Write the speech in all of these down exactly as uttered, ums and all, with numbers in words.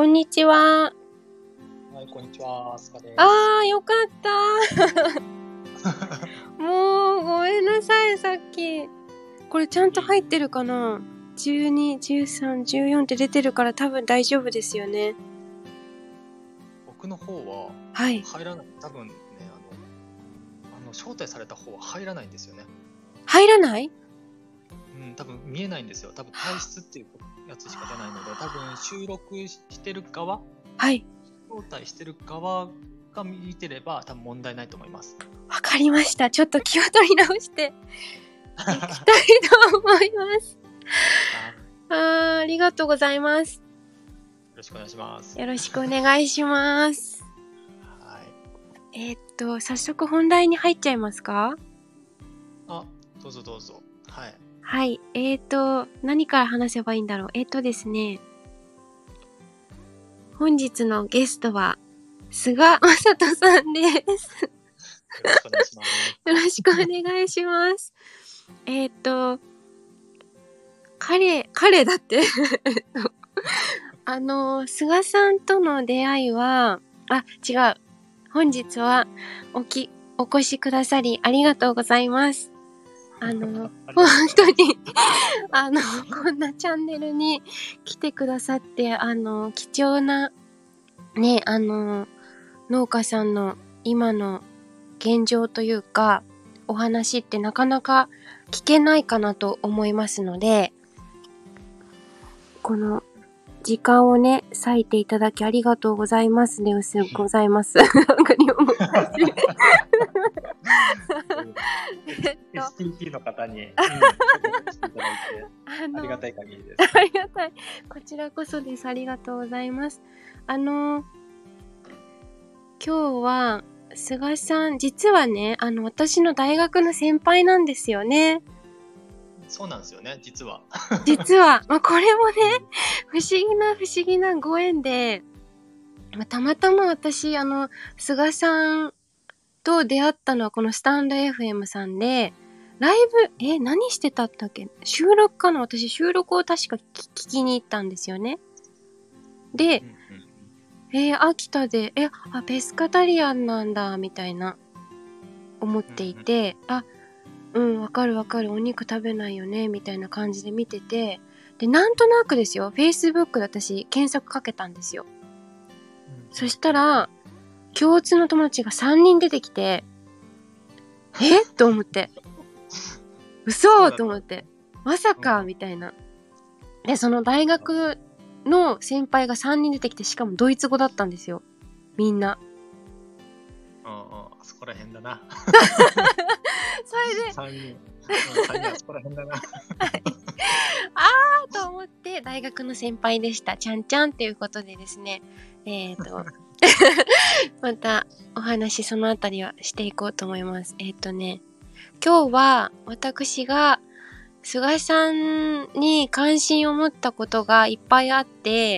んにちは。 はい、こんにちは。スカです。 あー、よかった。もう、ごめんなさい、さっき。これちゃんと入ってるかな？ じゅうに、じゅうさん、じゅうよんって出てるから多分大丈夫ですよね。 僕の方ははい。 入らない。多分ね、あの、あの招待された方は入らないんですよね。 入らない？ うん、多分見えないんですよ。多分退出っていうやつしか出ないので、多分収録してる側、 はい。 招待してる側が見てれば多分問題ないと思います。 わかりました。ちょっと気を取り直していきたいと思います。あー、ありがとうございます。 よろしくお願いします。 よろしくお願いします。 はい。 えーっと、早速本題に入っちゃいますか？ あ、どうぞどうぞ。はい。 はい。えーっと、何から話せばいいんだろう。えーっとですね、本日のゲストは、菅正人さんです。 よろしくお願いします。 よろしくお願いします。えーっと、彼、彼だって。あの、菅さんとの出会いは、あ、違う。本日はおき、お越しくださりありがとうございます。あの、本当に、あの、こんなチャンネルに来てくださって、あの、貴重な、ね、あの、農家さんの今の現状というか、お話ってなかなか聞けないかなと思いますので、この時間をね、割いていただきありがとうございますでございます。なんか日本語難しい。えっと、 エスティーピー の方に、うん、していただいてあのありがたい限りです。 ありがたい。こちらこそです。ありがとうございます。あの、今日は、菅さん、実はね、あの、私の大学の先輩なんですよね。 そうなんですよね、実は。 実は、まあ、これもね、不思議な不思議なご縁で、まあ、たまたま私、あの、菅さんと出会ったのはこのスタンド エフエム さんで、ライブ、え、何してたんだっけ？収録かな？私収録を確か聞聞きに行ったんですよね。で、 うんうんえー、秋田で、え、あ、ペスカタリアンなんだ、みたいな、思っていて、あ、うん、わかるわかる、お肉食べないよね、みたいな感じで見てて、で、なんとなくですよ、Facebook で私、検索かけたんですよ。そしたら、共通の友達がさんにん出てきて、えと思って。嘘と思って。まさか、みたいな。で、その大学の先輩がさんにん出てきて、しかもドイツ語だったんですよ。みんな。 うんうん、あそこら辺だな。 それで、 さんにん、うん、さんにんあそこら辺だな。 あーと思って、大学の先輩でした。ちゃんちゃんっていうことでですね。えっと、またお話そのあたりはしていこうと思います。えっとね、今日は私が菅さんに関心を持ったことがいっぱいあって、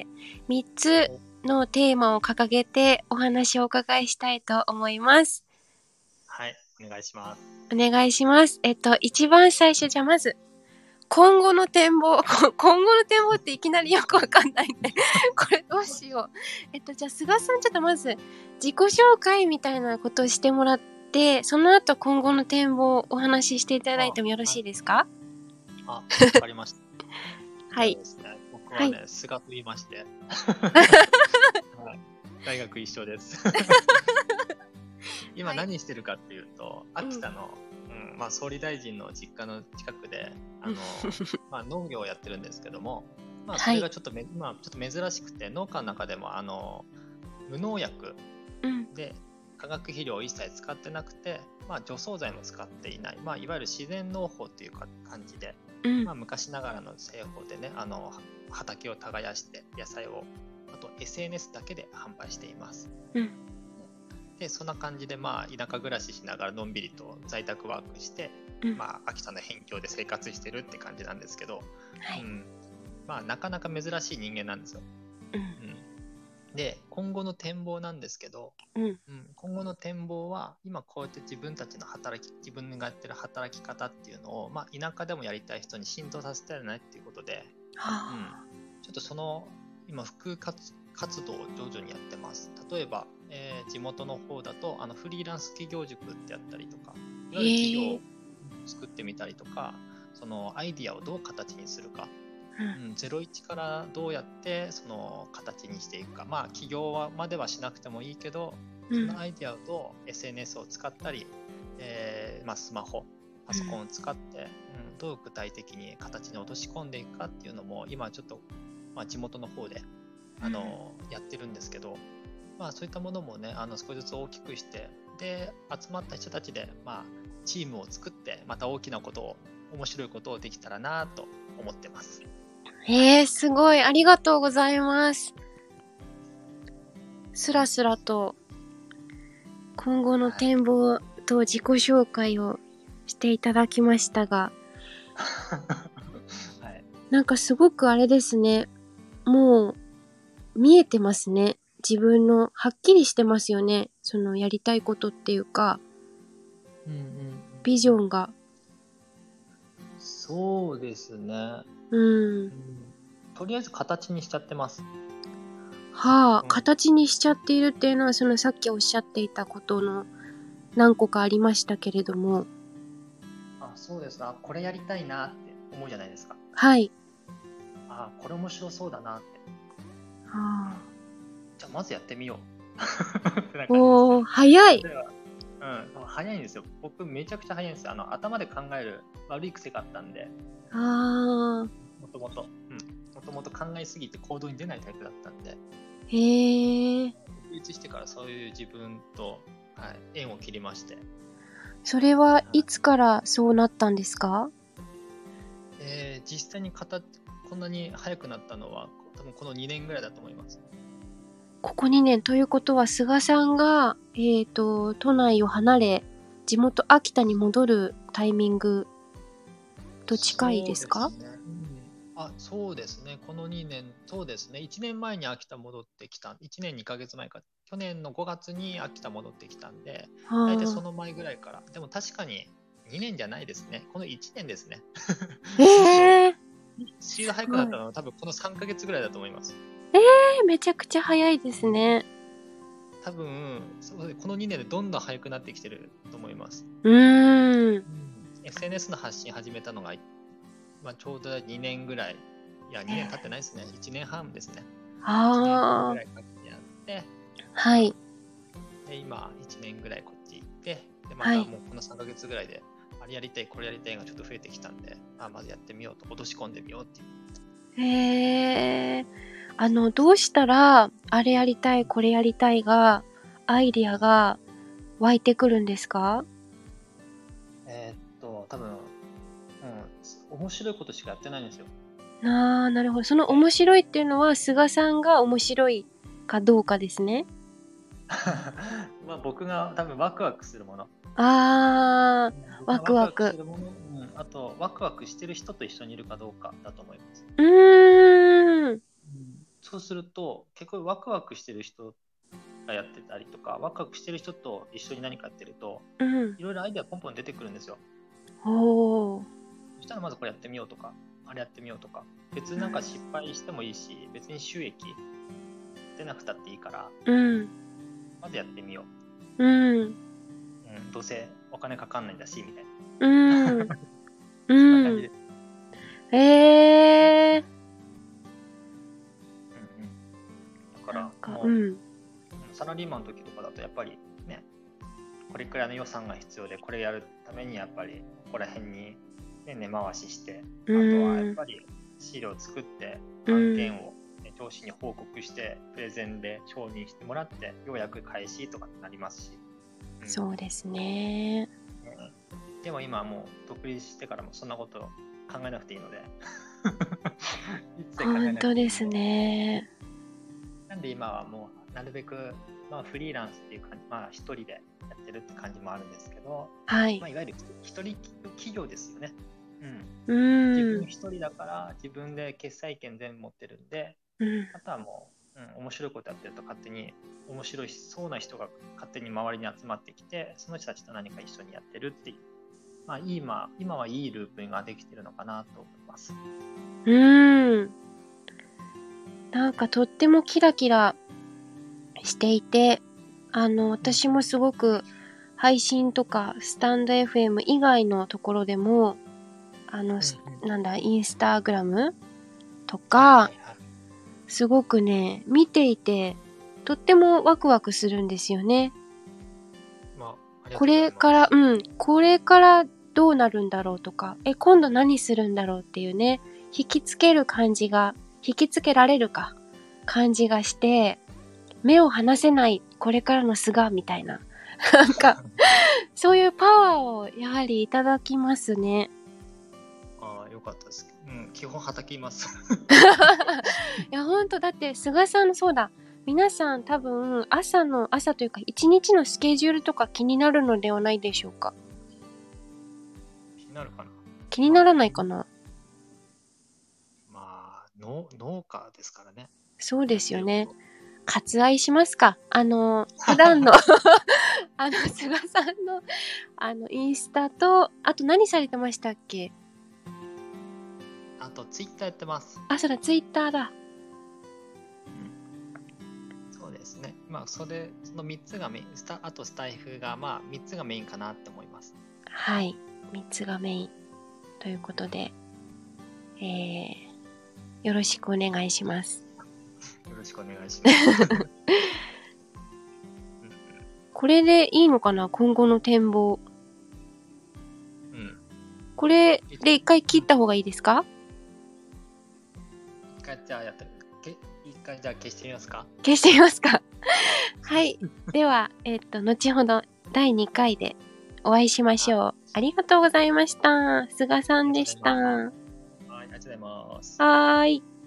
みっつのテーマを掲げてお話をお伺いしたいと思います。 はい、お願いします。 お願いします。えっと、一番最初、じゃあまず、今後の展望。今後の展望っていきなりよくわかんないね。これどうしよう。えっと、じゃあ菅さんちょっとまず自己紹介みたいなことをしてもらって、その後今後の展望をお話ししていただいてもよろしいですか？ あ、わかりました。 はい。 ですね、僕はね、 はい、 菅と言いまして、はい、大学一緒です。今何してるかっていうと、はい、秋田の、うんうん、まあ、総理大臣の実家の近くであの、まあ、農業をやってるんですけども、まあ、それがちょっとめ、はい、まあ、ちょっと珍しくて、農家の中でもあの無農薬で化学肥料を一切使ってなくて、まあ、除草剤も使っていない、まあ、いわゆる自然農法というか感じで、うん、まあ、昔ながらの製法でね、あの畑を耕して野菜をあと エスエヌエス だけで販売しています。うん、でそんな感じで、まあ、田舎暮らししながらのんびりと在宅ワークして、うん、まあ、秋田の辺境で生活してるって感じなんですけど、はい、うん、まあ、なかなか珍しい人間なんですよ。うんうん、で今後の展望なんですけど、うんうん、今後の展望は今こうやって自分たちの働き自分がやってる働き方っていうのを、まあ、田舎でもやりたい人に浸透させたいなっていうことで、はあ、うん、ちょっとその今副活活動を徐々にやってます。例えば、えー地元の方だとあのフリーランス企業塾ってやったりとか、いわゆる企業を作ってみたりとか、そのアイディアをどう形にするか、 うんうん、ゼロイチからどうやってその形にしていくか、まあ起業はまではしなくてもいいけど、そのアイディアをどう エスエヌエス を使ったり、えーまあ、スマホパソコンを使って、うん、どう具体的に形に落とし込んでいくかっていうのも今ちょっと、まあ、地元の方であの、うん、やってるんですけど、まあ、そういったものもねあの少しずつ大きくしてで集まった人たちで、まあ、チームを作ってまた大きなことを面白いことをできたらなと思ってます。 えー、すごいありがとうございます。スラスラと今後の展望と自己紹介をしていただきましたが、はい、なんかすごくあれですね、もう見えてますね。自分のはっきりしてますよね。そのやりたいことっていうか、うんうん、ビジョンが。 そうですね、 うん、うん。 とりあえず形にしちゃってます。 はあ、うん、形にしちゃっているっていうのはそのさっきおっしゃっていたことの何個かありましたけれども。 あ、そうですな。これやりたいなって思うじゃないですか。 はい。 あ、これ面白そうだなって。はあ。じゃあまずやってみよう。おー、早い。 うん、早いんですよ。僕めちゃくちゃ早いんですよ。あの頭で考える悪い癖があったんで。ああ。もともと、うん、もともと考えすぎて行動に出ないタイプだったんで。へえ。独立してからそういう自分と、はい、縁を切りまして。 それはいつからそうなったんですか？はい、 えー、実際に形こんなに早くなったのは多分このにねんぐらいだと思います。 ここにねんということは菅さんが、えーと、都内を離れ地元秋田に戻るタイミングと近いですか？ そうですね、うん、あ、そうですね。このにねん、そうですね。いちねんまえに秋田戻ってきた、いちねんにかげつまえか、去年のごがつに秋田戻ってきたんで、大体その前ぐらいから。でも確かににねんじゃないですね。このいちねんですね。えー、スピード速くなったのは多分このさんかげつぐらいだと思います。 えー、めちゃくちゃ早いですね。 多分このにねんでどんどん速くなってきてると思います。 うーん。 エスエヌエス の発信始めたのが、まあ、ちょうどにねんぐらい。いや、にねん経ってないですね。いちねんはんですね。ああ。いちねんはんぐらいかけてやって、 はい。 で、今、いちねんぐらいこっち行って、で、またもうこのさんかげつぐらいで、あれやりたい、これやりたいがちょっと増えてきたんで、あ、まずやってみようと、落とし込んでみようっていう。 へえ。あの、どうしたら、あれやりたい、これやりたいが、アイディアが湧いてくるんですか？ えー、っと、多分、うん、面白いことしかやってないんですよ。 ああ、なるほど。その面白いっていうのは、菅さんが面白いかどうかですね。 まあ僕が多分ワクワクするもの。 ああ、ワクワク。 ワクワクするもの、うん、あとワクワクしてる人と一緒にいるかどうかだと思います。 うーん。 そうすると結構ワクワクしてる人がやってたりとか、ワクワクしてる人と一緒に何かやってると、うん、いろいろアイデアポンポン出てくるんですよ。おー。そしたらまずこれやってみようとか、あれやってみようとか、別になんか失敗してもいいし、別に収益出なくたっていいから、うん、まずやってみよう。うん。うん、どうせお金かかんないんだし、みたいな。うん。そんな感じです。 うん、えー。 うんうん。だからもう、うん、サラリーマンの時とかだとやっぱりね、これくらいの予算が必要で、これやるためにやっぱりここら辺に、ね、根回しして、あとはやっぱり資料作って案件を、ね、上司に報告してプレゼンで承認してもらってようやく開始とかになりますし、 うん、そうですね。 でも今はもう独立してからもそんなこと考えなくていいので本当ですね。 なんで今はもうなるべく、まあ、フリーランスっていう感じ、まあ一人でやってるって感じもあるんですけど、はい、まあ、いわゆる一人企業ですよね。うん、うん自分一人だから自分で決裁権全部持ってるんで、うん、あとはもう、うん、面白いことやってると勝手に面白いそうな人が勝手に周りに集まってきて、その人たちと何か一緒にやってるっていう、まあ、今, 今はいいループができてるのかなと思います。 うんなんかとってもキラキラしていて、あの、私もすごく配信とかスタンド エフエム 以外のところでも、あの、 うんうん、 なんだ、インスタグラムとはいか、 はいはい。 すごくね、見ていて、とってもワクワクするんですよね。 まあ、ありがことうござれから、 います。 うん、これからどうなるんだろうとか、え、今度何するんだろうっていうね、引きつける感じが、引きつけられるか、感じがして、目を離せない、これからの菅みたいな。なんか、そういうパワーをやはりいただきますね。 ああ、よかったです。うん、基本はたきます。 いや、ほんと、だって菅さんのそうだ。皆さん多分朝の、朝というか一日のスケジュールとか気になるのではないでしょうか。 気になるかな。 気にならないかな。 まあ、農農家ですからね。 そうですよね。 やってるこ割愛しますか。あの、普段のあの、菅さんの、あの、インスタと、あと何されてましたっけ？ と。あと、ツイッターやってます。 あ、そうだ、ツイッターだ。 うん、そうですね。まあ、それ、そのみっつがメイン、スタあとスタイフが、まあ、みっつがメインかなって思います。 はい。みっつがメイン。ということで、えー、よろしくお願いします。 よろしくお願いします。うんうん、 これでいいのかな？今後の展望。 うん。 これで一回切った方がいいですか？ 一回じゃあやってけ一回じゃあ消してみますか？ 消してみますか？はい。では、えっと、後ほどだいにかいでお会いしましょう。ありがとうございました。菅さんでした。ははい、ありがとうございます。 ーい。